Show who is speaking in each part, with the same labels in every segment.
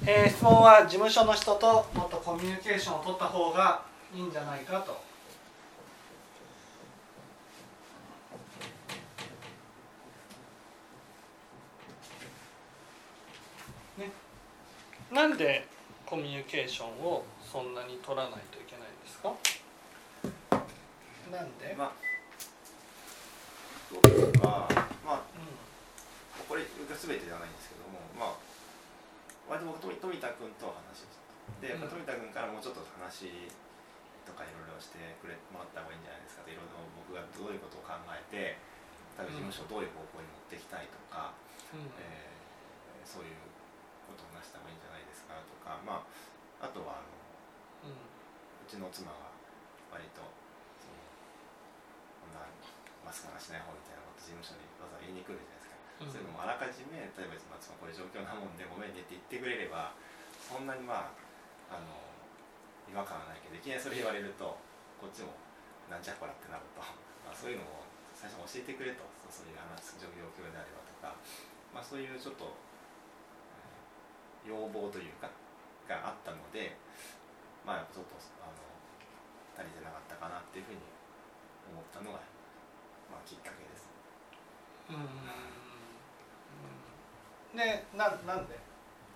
Speaker 1: 質問は事務所の人ともっとコミュニケーションを取った方がいいんじゃないかと。ね、なんでコミュニケーションをそんなに取らないといけないんですか？なんで？
Speaker 2: そうですか。これが全てじゃないんですけども、割と僕富田君とは話をしてで、富田君からもうちょっと話とかいろいろしてもらった方がいいんじゃないですかと、いろいろ僕がどういうことを考えて多分事務所をどういう方向に持っていきたいとか、そういうことを話した方がいいんじゃないですかとか、あとはうちの妻が割とこんなマスクがしない方みたいなこと事務所にわざわざ言いに来るじゃないですか。そういうのもあらかじめ例えばこういう状況なもんでごめんねって言ってくれればそんなに違和感はないけど、いきなりそれ言われるとこっちもなんじゃこらってなると、そういうのを最初教えてくれと、そういう状況であればとか、そういうちょっと要望というかがあったので、やっぱちょっと足りてなかったかなっていうふうに思ったのが、きっかけです。
Speaker 1: で、なんで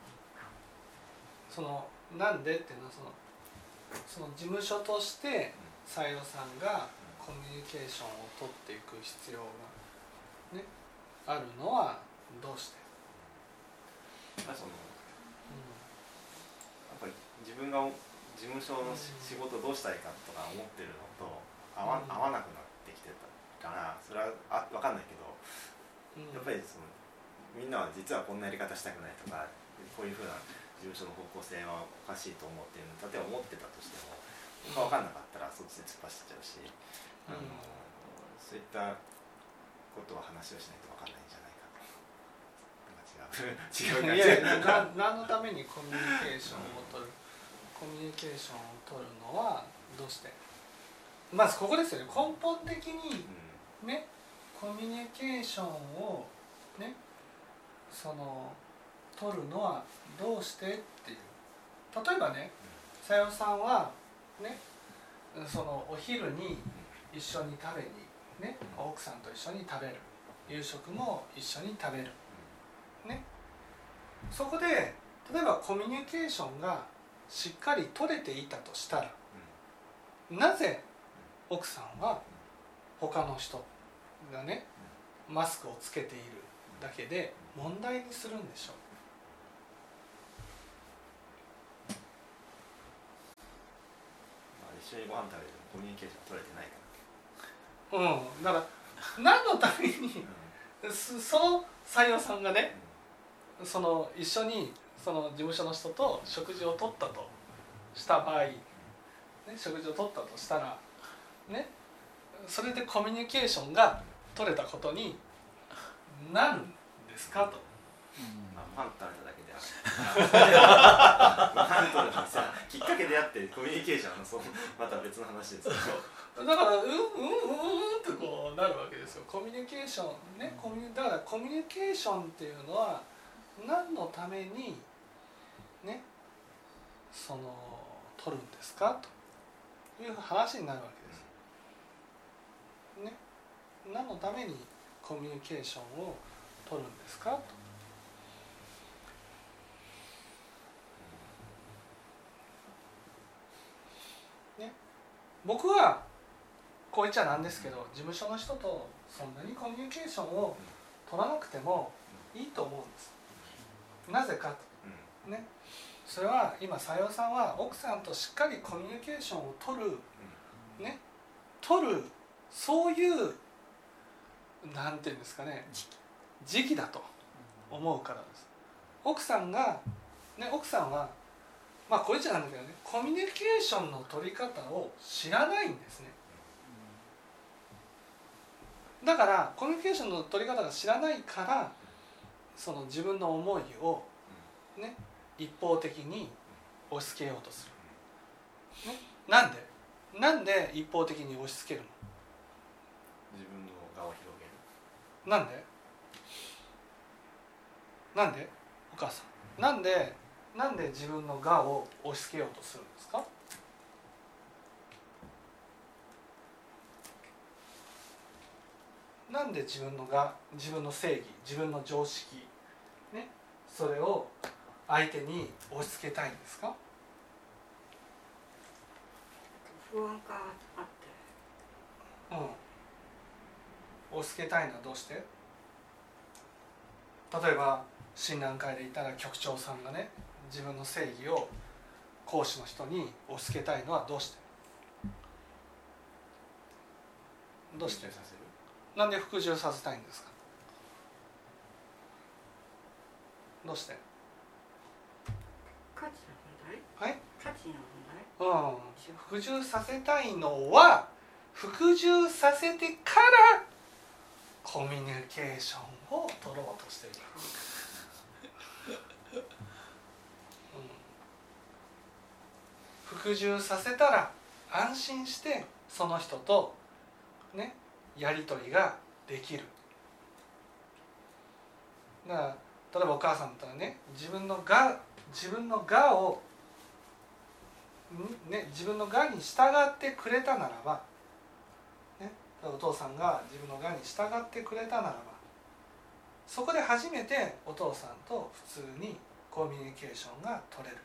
Speaker 1: なんでっていうのはその事務所としてさよさんがコミュニケーションを取っていく必要が、ね、あるのはどうして？
Speaker 2: やっぱり自分が事務所の仕事をどうしたいかとか思ってるのと合わなくなってきてたから、それは分かんないけど、やっぱりみんなは実はこんなやり方したくないとか、こういうふうな事務所の方向性はおかしいと思っているの、例えば思ってたとしても僕は分かんなかったらそっちで突っ走っちゃうし、そういったことは話をしないと分かんないんじゃないかと。違う
Speaker 1: 何のためにコミュニケーションを取るのはどうして？まずここですよね。根本的にね、コミュニケーションをね取るのはどうしてっていう。例えばね、さよさんはね、お昼に一緒に食べにね、奥さんと一緒に食べる、夕食も一緒に食べるね。そこで例えばコミュニケーションがしっかり取れていたとしたら、なぜ奥さんは他の人がねマスクをつけているだけで問題にするんでしょう？
Speaker 2: 一緒にご飯食べてもコミュニケーション取れてないから。
Speaker 1: だから何のためにその採用さんがね、一緒に事務所の人と食事をとったとした場合、ね、食事をとったとしたらね、それでコミュニケーションが取れたことになるんですかと。
Speaker 2: パン食べただけでパン取るのにさ、きっかけであってコミュニケーションのまた別の話ですけど、
Speaker 1: だからってこうなるわけですよ。コミュニケーションね、だからコミュニケーションっていうのは何のためにね取るんですかという話になるわけですね。何のためにコミュニケーションを取るんですかと。僕はこう言っちゃなんですけど、事務所の人とそんなにコミュニケーションを取らなくてもいいと思うんです。なぜかと、ね、それは今さよさんは奥さんとしっかりコミュニケーションを取るそういうなんていうんですかね、時期だと思うからです。奥さんはこれじゃなんだけどね、コミュニケーションの取り方を知らないんですね。だからコミュニケーションの取り方が知らないから、自分の思いをね一方的に押し付けようとする、ね、なんで一方的に押し付けるの？
Speaker 2: 自分の側を広げる。なんで
Speaker 1: お母さん、なんでなんで自分の我を押し付けようとするんですか？なんで自分の我、自分の正義、自分の常識、ね、それを相手に押し付けたいんですか？
Speaker 3: 不安があって、
Speaker 1: 押し付けたいのはどうして？例えば親鸞会でいたら局長さんがね、自分の正義を講師の人に押し付けたいのはどうして？どうして？
Speaker 2: させる？
Speaker 1: なんで服従させたいんですか？どうして？
Speaker 3: 価値の問題？
Speaker 1: はい？
Speaker 3: 価値の問題？
Speaker 1: 服従させたいのは、服従させてからコミュニケーションを取ろうとしている、服従させたら安心してその人とね、やり取りができる。だから例えばお母さんだったらね、自分の我をね、自分の我に従ってくれたならば、ね、お父さんが自分の我に従ってくれたならば、そこで初めてお父さんと普通にコミュニケーションが取れる、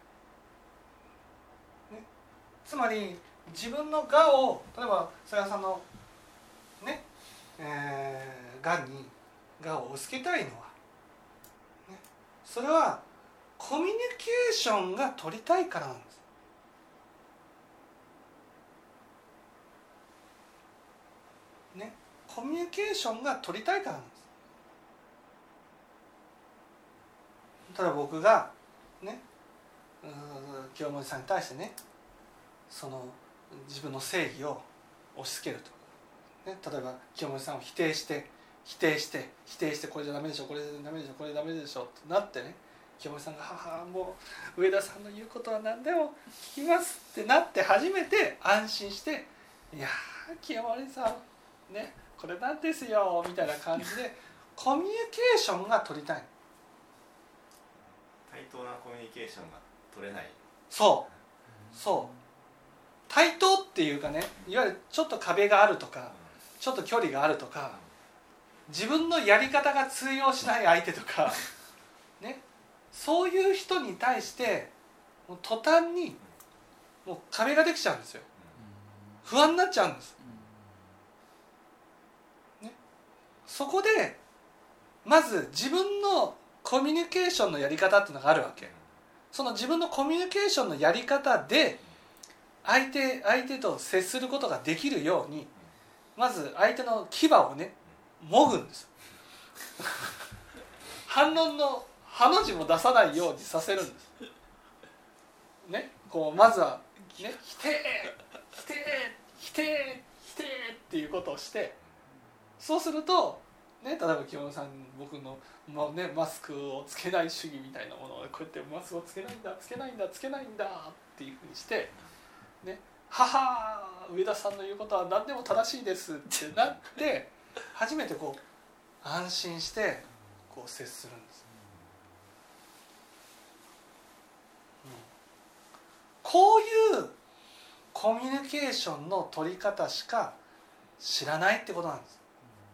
Speaker 1: ね、つまり自分の我を、例えばさやさんのね、我を押し付けたいのは、ね、それはコミュニケーションが取りたいからなんです。ね、コミュニケーションが取りたいからなんです。例えば僕がね、清盛さんに対してね、その自分の正義を押し付けると、ね、例えば清盛さんを否定してこれじゃダメでしょ、これじゃダメでしょ、これダメでしょってなってね、清盛さんがもう上田さんの言うことは何でも聞きますってなって初めて安心して、いや清盛さんね、これなんですよみたいな感じでコミュニケーションが取りたい。
Speaker 2: 対等なコミュニケーションが取れない。
Speaker 1: そう対等っていうかね、いわゆるちょっと壁があるとか、ちょっと距離があるとか、自分のやり方が通用しない相手とかね、そういう人に対してもう途端にもう壁ができちゃうんですよ。不安になっちゃうんです、ね、そこでまず自分のコミュニケーションのやり方っていうのがあるわけ。その自分のコミュニケーションのやり方で相手と接することができるように、まず相手の牙をねもぐんです反論のハの字も出さないようにさせるんですね。こうまずは、ね、否定っていうことをして、そうすると、ね、例えば清野さん、僕の、マスクをつけない主義みたいなものをこうやってマスクをつけないんだっていうふうにして、ね、上田さんの言うことは何でも正しいですってなって初めてこう安心してこう接するんです、こういうコミュニケーションの取り方しか知らないってことなんです。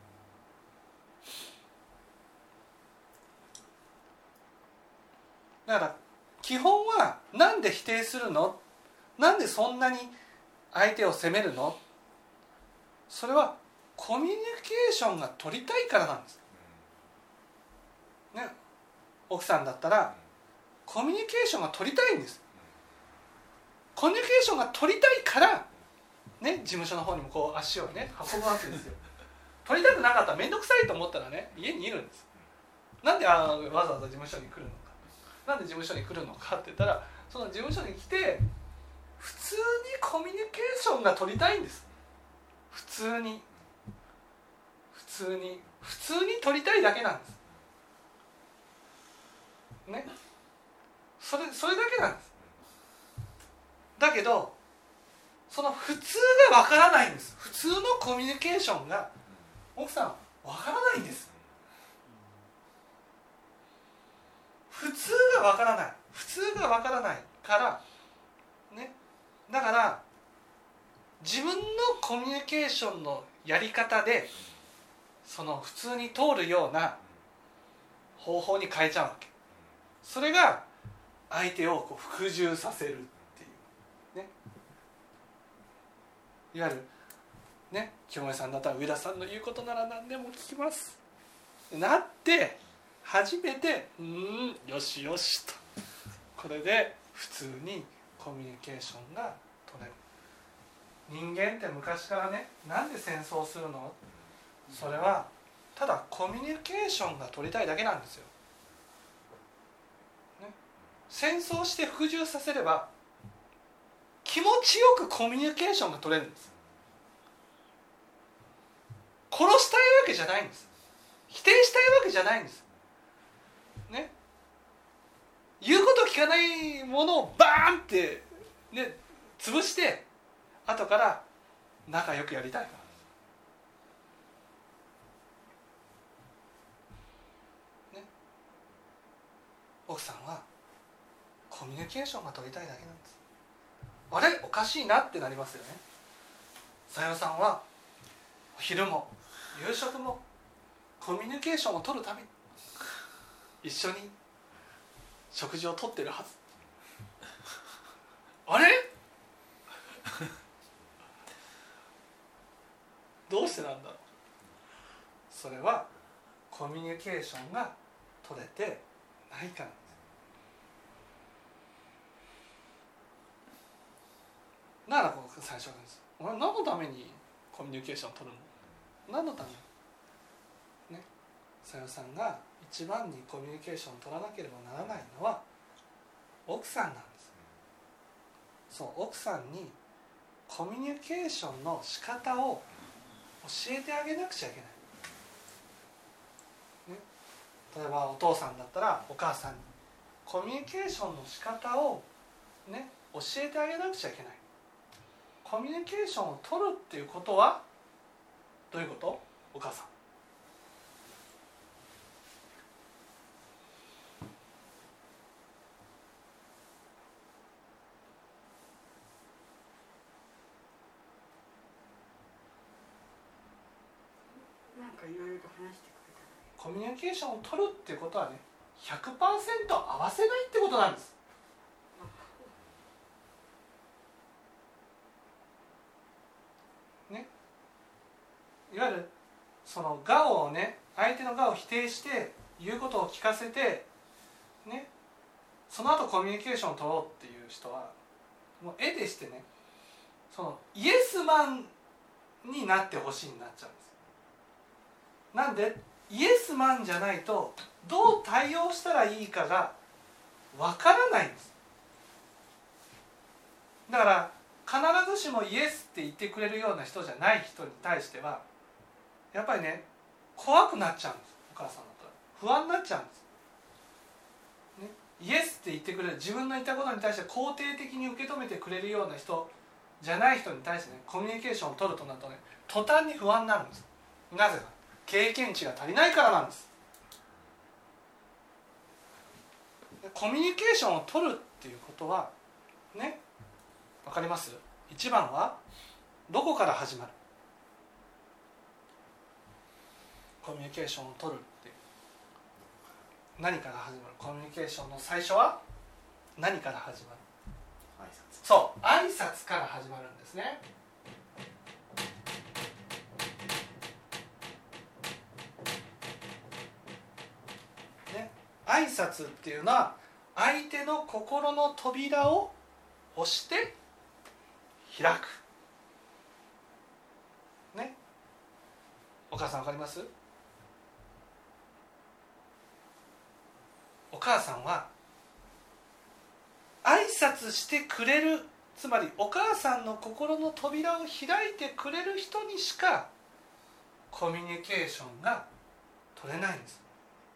Speaker 1: だから基本はなんで否定するの、なんでそんなに相手を責めるの、それはコミュニケーションが取りたいからなんです、ね、奥さんだったらコミュニケーションが取りたいんです。コミュニケーションが取りたいから、ね、事務所の方にもこう足をね運ぶわけですよ取りたくなかったら面倒くさいと思ったらね家にいるんです。なんでわざわざ事務所に来るのか、なんで事務所に来るのかって言ったら、その事務所に来て普通にコミュニケーションが取りたいんです。普通に取りたいだけなんですね。それだけなんです。だけどその普通がわからないんです。普通のコミュニケーションが奥さんわからないんです。普通がわからない。普通がわからないからね。だから自分のコミュニケーションのやり方でその普通に通るような方法に変えちゃうわけ。それが相手をこう服従させるっていうね。いわゆるね、清盛さんだったら上田さんの言うことなら何でも聞きますなって初めてよしよしと、これで普通にコミュニケーションが取れる。人間って昔からね、なんで戦争するの？それはただコミュニケーションが取りたいだけなんですよ、ね、戦争して服従させれば気持ちよくコミュニケーションが取れるんです。殺したいわけじゃないんです。否定したいわけじゃないんですね。言うこと聞かないものをバーンってね潰して後から仲良くやりたいから、ね、奥さんはコミュニケーションが取りたいだけなんです。あれおかしいなってなりますよね。さよさんは昼も夕食もコミュニケーションを取るために一緒に食事をとってるはず。あれどうしてなんだろう。それはコミュニケーションが取れてないからなんです。だからこう最初なんです。俺何のためにコミュニケーションを取るの？何のためにね。さよさんが一番にコミュニケーションを取らなければならないのは奥さんなんです。そう、奥さんにコミュニケーションの仕方を教えてあげなくちゃいけない、ね、例えばお父さんだったらお母さんにコミュニケーションの仕方を、ね、教えてあげなくちゃいけない。コミュニケーションを取るっていうことはどういうこと？お母さん
Speaker 3: なんかいろいろと話してくれた。
Speaker 1: コミュニケーションを取るっていうことはね 100% 合わせないってことなんです。ね、いわゆるその我をね、相手の我を否定して言うことを聞かせてね、その後コミュニケーションを取ろうっていう人はもう絵でしてね、そのイエスマンになってほしいになっちゃうんです。なんでイエスマンじゃないとどう対応したらいいかがわからないんです。だから必ずしもイエスって言ってくれるような人じゃない人に対してはやっぱりね怖くなっちゃうんです。お母さんだったら不安になっちゃうんです、ね、イエスって言ってくれる、自分の言ったことに対して肯定的に受け止めてくれるような人じゃない人に対してねコミュニケーションを取るとなるとね途端に不安になるんです。なぜか経験値が足りないからなんです。コミュニケーションを取るっていうことはね、わかります？一番はどこから始まる？コミュニケーションを取るって何から始まる？コミュニケーションの最初は何から始まる？
Speaker 2: 挨拶。
Speaker 1: そう挨拶から始まるんですね。挨拶っていうのは相手の心の扉を押して開くね。お母さんわかります？お母さんは挨拶してくれる、つまりお母さんの心の扉を開いてくれる人にしかコミュニケーションが取れないんです、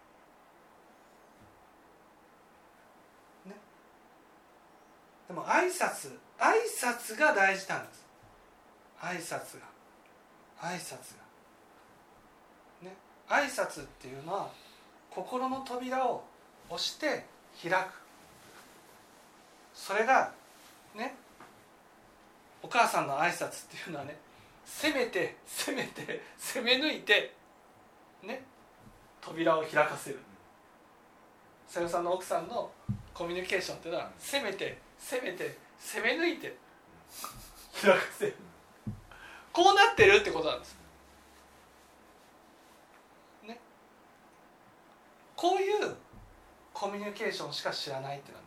Speaker 1: ね、でも挨拶が大事なんです。挨拶がね、挨拶っていうのは心の扉を押して開く、 それがね、お母さんの挨拶っていうのはね、攻めて攻め抜いてね、扉を開かせる。さよさんの奥さんのコミュニケーションっていうのは攻めて攻め抜いて開かせる。こうなってるってことなんです、ね、こういうコミュニケーションしか知らないってなんです、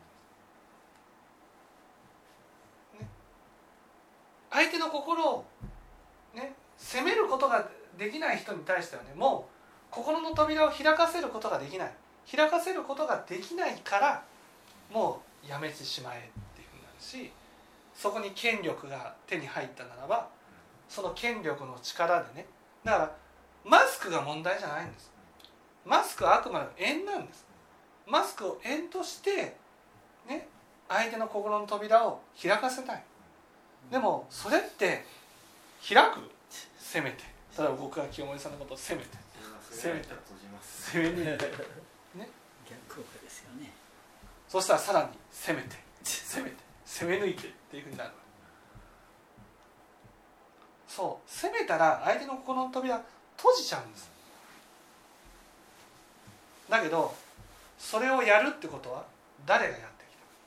Speaker 1: ね、相手の心を、ね、責めることができない人に対してはね、もう心の扉を開かせることができない、開かせることができないからもうやめてしまえっていうふうになるし、そこに権力が手に入ったならばその権力の力でね、だからマスクが問題じゃないんです。マスクはあくまで縁なんです。マスクを縁としてね、相手の心の扉を開かせたい。でもそれって開く、せめて、例えば僕が清盛さんのことをせめて攻め抜いてね、
Speaker 4: 逆効果ですよね。
Speaker 1: そしたらさらに攻め抜いてっていうふうになる。そう攻めたら相手の心の扉閉じちゃうんです。だけどそれをやるってことは誰がやってきた？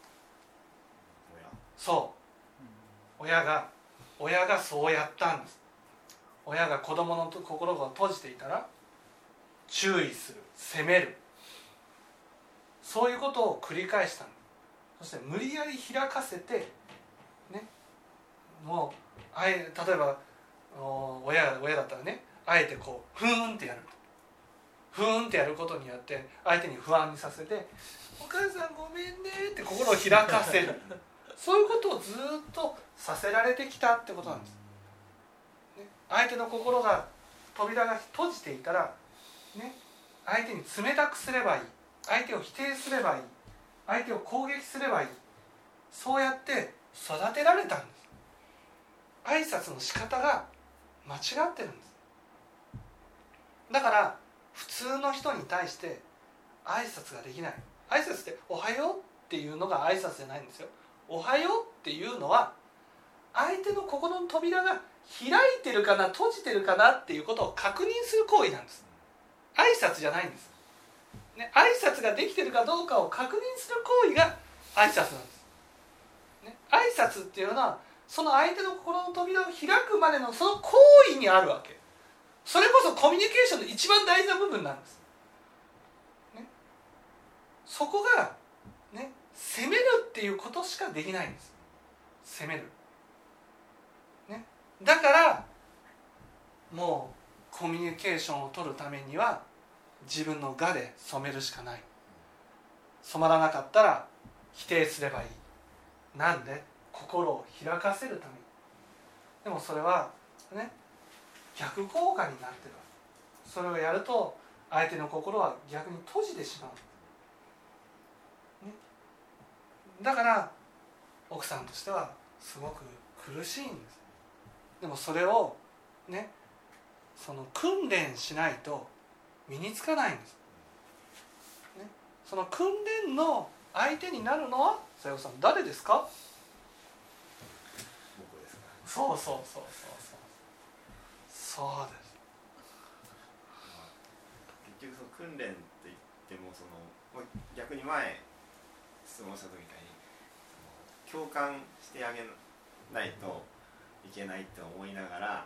Speaker 1: そう親がそうやったんです。親が子供の心が閉じていたら注意する、責める、そういうことを繰り返したんです。そして無理やり開かせてね、もう例えば親だったらね、あえてこうふーんってやると、ふーんってやることによって相手に不安にさせて、お母さんごめんねって心を開かせるそういうことをずっとさせられてきたってことなんです、ね、相手の心が扉が閉じていたらね、相手に冷たくすればいい、相手を否定すればいい、相手を攻撃すればいい、そうやって育てられたんです。挨拶の仕方が間違ってるんです。だから普通の人に対して挨拶ができない。挨拶っておはようっていうのが挨拶じゃないんですよ。おはようっていうのは相手の心の扉が開いてるかな閉じてるかなっていうことを確認する行為なんです。挨拶じゃないんです、ね、挨拶ができてるかどうかを確認する行為が挨拶なんです、ね、挨拶っていうのはその相手の心の扉を開くまでのその行為にあるわけ。それこそコミュニケーションの一番大事な部分なんです、ね、そこが、ね、責めるっていうことしかできないんです。責める、ね、だからもうコミュニケーションを取るためには自分の我で染めるしかない。染まらなかったら否定すればいい。なんで？心を開かせるために。でもそれはね、逆効果になってる。それをやると相手の心は逆に閉じてしまう、ね、だから奥さんとしてはすごく苦しいんです。でもそれをね、その訓練しないと身につかないんです、ね、その訓練の相手になるのはさよさん誰ですか？
Speaker 2: 僕ですか？
Speaker 1: そうです。
Speaker 2: 結局その訓練って言っても逆に前質問した時みたいに共感してあげないといけないって思いながら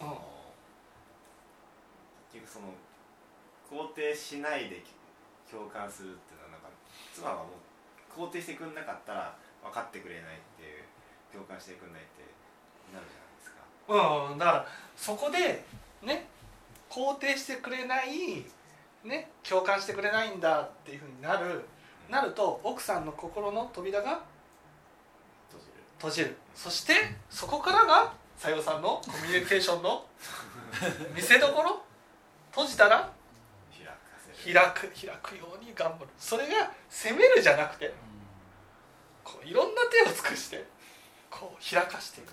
Speaker 2: 結局肯定しないで共感するっていうのはなんか妻はもう肯定してくれなかったら分かってくれないっていう、共感してくれないってなるじゃないですか。
Speaker 1: だからそこでね、肯定してくれないね、共感してくれないんだっていうふうになると奥さんの心の扉が閉じる。そしてそこからがさよさんのコミュニケーションの見せどころ。閉じたら開くように頑張る。それが責めるじゃなくて、こういろんな手を尽くしてこう開かしていく、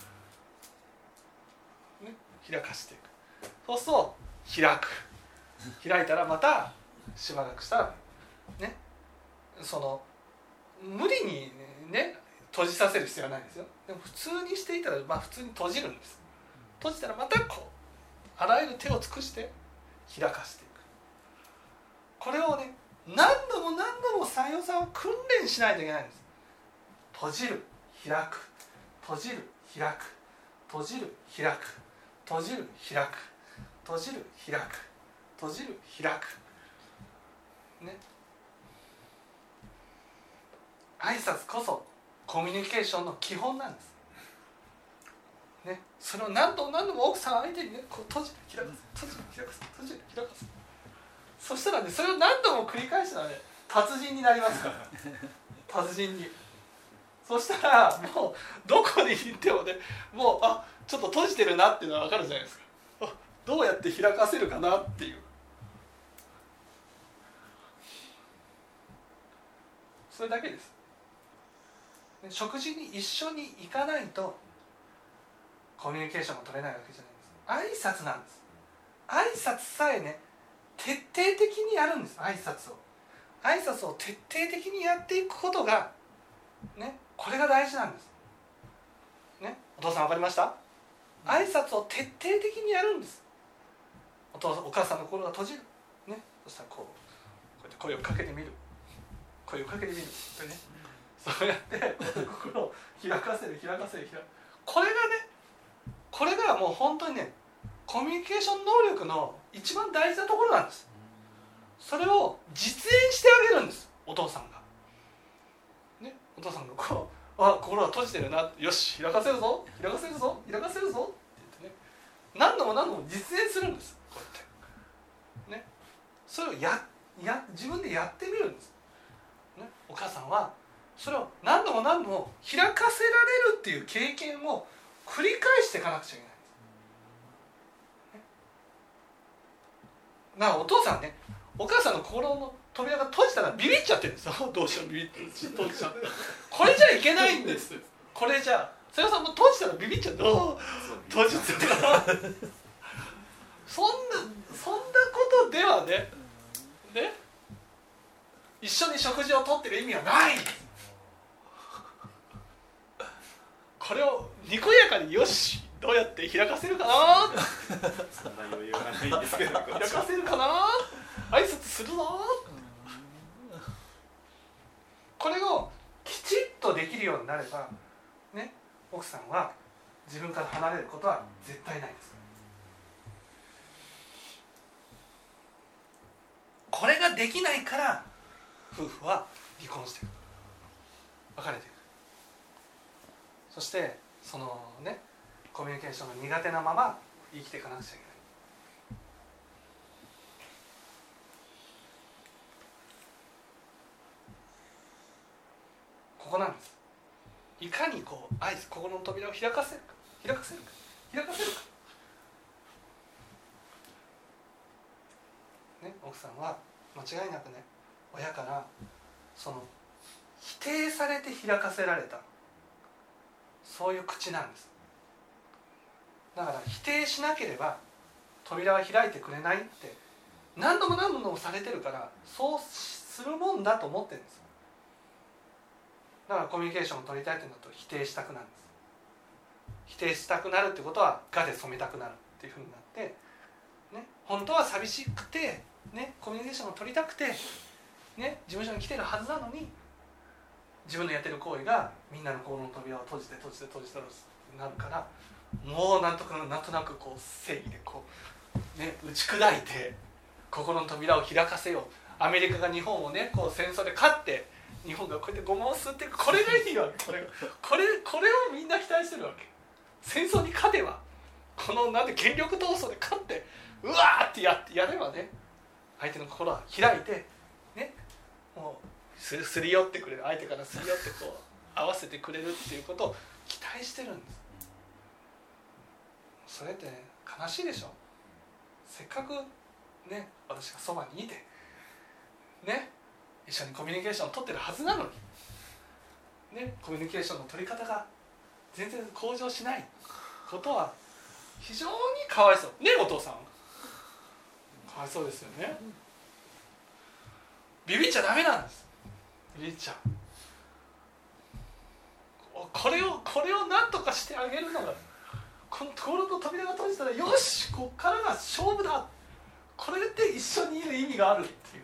Speaker 1: ね、開かしていく。そうすると開いたらまたしばらくしたらね、その無理にね閉じさせる必要はないんですよ。でも普通にしていたら、普通に閉じるんです。閉じたらまたこうあらゆる手を尽くして開かしていく。これをね何度も採用さんは訓練しないといけないんです。閉じる開く閉じる開く閉じる開く閉じる開く閉じる開く閉じる開くね。挨拶こそコミュニケーションの基本なんです、ね、それを何度も奥さん相手にねこう閉じる開かす閉じる開かす閉じる開かす。そしたらねそれを何度も繰り返したらね達人になりますから達人に。そしたらもうどこに行ってもねもうちょっと閉じてるなっていうのは分かるじゃないですか。どうやって開かせるかなっていう、それだけです。食事に一緒に行かないとコミュニケーションも取れないわけじゃないです。挨拶なんです。挨拶さえね徹底的にやるんです。挨拶を徹底的にやっていくことがねこれが大事なんですね。お父さん分かりました？挨拶を徹底的にやるんです。お母さんの心が閉じるね。そしたらこうやって声をかけてみるとね、そうやって心を開かせるこれがもう本当にねコミュニケーション能力の一番大事なところなんです。それを実演してあげるんです。お父さんがね、お父さんがこう心が閉じてるな、よし開かせるぞって言ってね何度も実演するんです。こうやってねそれを自分でやってみるんです、ね、お母さんはそれを何度も開かせられるっていう経験を繰り返していかなくちゃいけないんです、ね、だからお父さんねお母さんの心の扉が閉じたらビビっちゃってるんですよ。どうしようビビって閉じちゃったこれじゃいけないんです。これじゃさよさんも閉じたらビビっちゃう閉じてたそんなことではね一緒に食事をとってる意味はないんです。これをにこやかによしどうやって開かせるかな
Speaker 2: そんな余裕がないんですけど
Speaker 1: 開かせるかな挨拶するぞこれをきちっとできるようになればね奥さんは自分から離れることは絶対ないです。これができないから夫婦は離婚していく別れていく。そしてそのねコミュニケーションが苦手なまま生きていかなくちゃいけない。ここなんです。いかにこう心の扉を開かせるかね、奥さんは間違いなくね親からその否定されて開かせられたそういう口なんです。だから否定しなければ扉は開いてくれないって何度もされてるからそうするもんだと思ってるんです。だからコミュニケーションを取りたいというのと否定したくなるんです。否定したくなるってことは我で染めたくなるっていうふうになって、ね、本当は寂しくて、ね、コミュニケーションを取りたくて、ね、事務所に来てるはずなのに自分のやってる行為がみんなの心の扉を閉じてなるからもうなんとなくこう正義でこう、ね、打ち砕いて心の扉を開かせよう。アメリカが日本をねこう戦争で勝って日本がこうやってゴマを吸っていくこれがいいわけこれをみんな期待してるわけ。戦争に勝てばこの権力闘争で勝ってうわーってやればね相手の心は開いてねもうすり寄ってくれる相手からすり寄ってこう合わせてくれるっていうことを期待してるんです。それって悲しいでしょ。せっかくね私がそばにいてね一緒にコミュニケーションを取ってるはずなのにねコミュニケーションの取り方が全然向上しないことは非常にかわいそうね。お父さんかわいそうですよね。ビビっちゃダメなんです。ビビっちゃこれを何とかしてあげるのが、このところの扉が閉じたらよしこっからが勝負だ、これで一緒にいる意味があるっていう。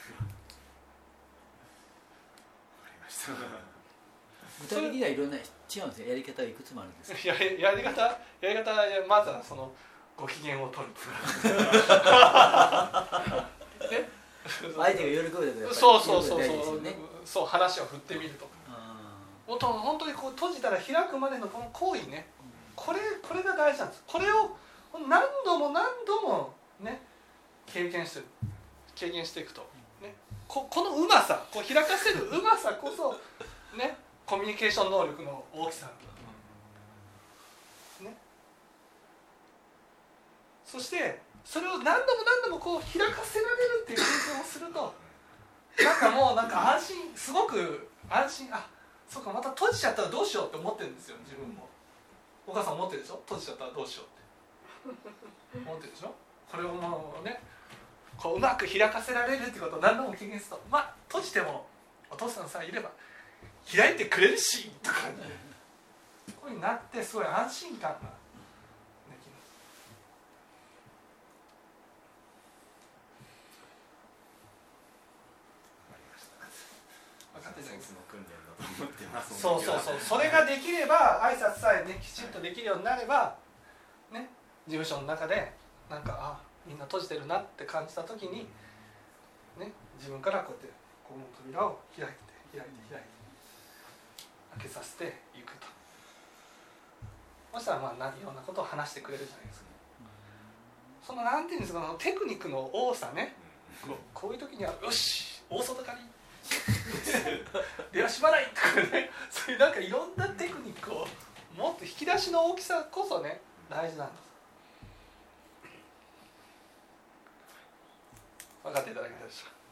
Speaker 4: 具体的にはいろんな違うんですよ。やり方はいくつもあるんです。
Speaker 1: やり方まずはそのご機嫌を取るね、
Speaker 4: 相手が喜ぶだとやっぱり
Speaker 1: そう話を振ってみるとか、本当にこう閉じたら開くまでのこの行為ね、これが大事なんです。これを何度もね経験していくと、ね、このうまさ、こう開かせるうまさこそねコミュニケーション能力の大きさ、ね、そしてそれを何度もこう開かせられるっていう経験をすると、なんか安心、すごく安心、あ、そうか、また閉じちゃったらどうしようって思ってるんですよ。自分もお母さん思ってるでしょ、閉じちゃったらどうしようって思ってるでしょ。これをもうねこううまく開かせられるってことを何度も経験すると、閉じてもお父さんさえいれば開いてくれるしとかね、こういうになってすごい安心感ができます。
Speaker 2: 分かってないですの訓練だと思ってます。
Speaker 1: そうそれができれば、挨拶さえねきちんとできるようになればね、事務所の中でみんな閉じてるなって感じた時にね、自分からこうやってこの扉を開いて開けさせていくと。そしたらいろんなことを話してくれるじゃないですか。そのなんていうんですか、テクニックの多さね、こういう時にはよし大外刈り出足払いとかね、そういういろんなテクニックをもっと引き出しの大きさこそね大事なんです。分かっていただけたでしょうか。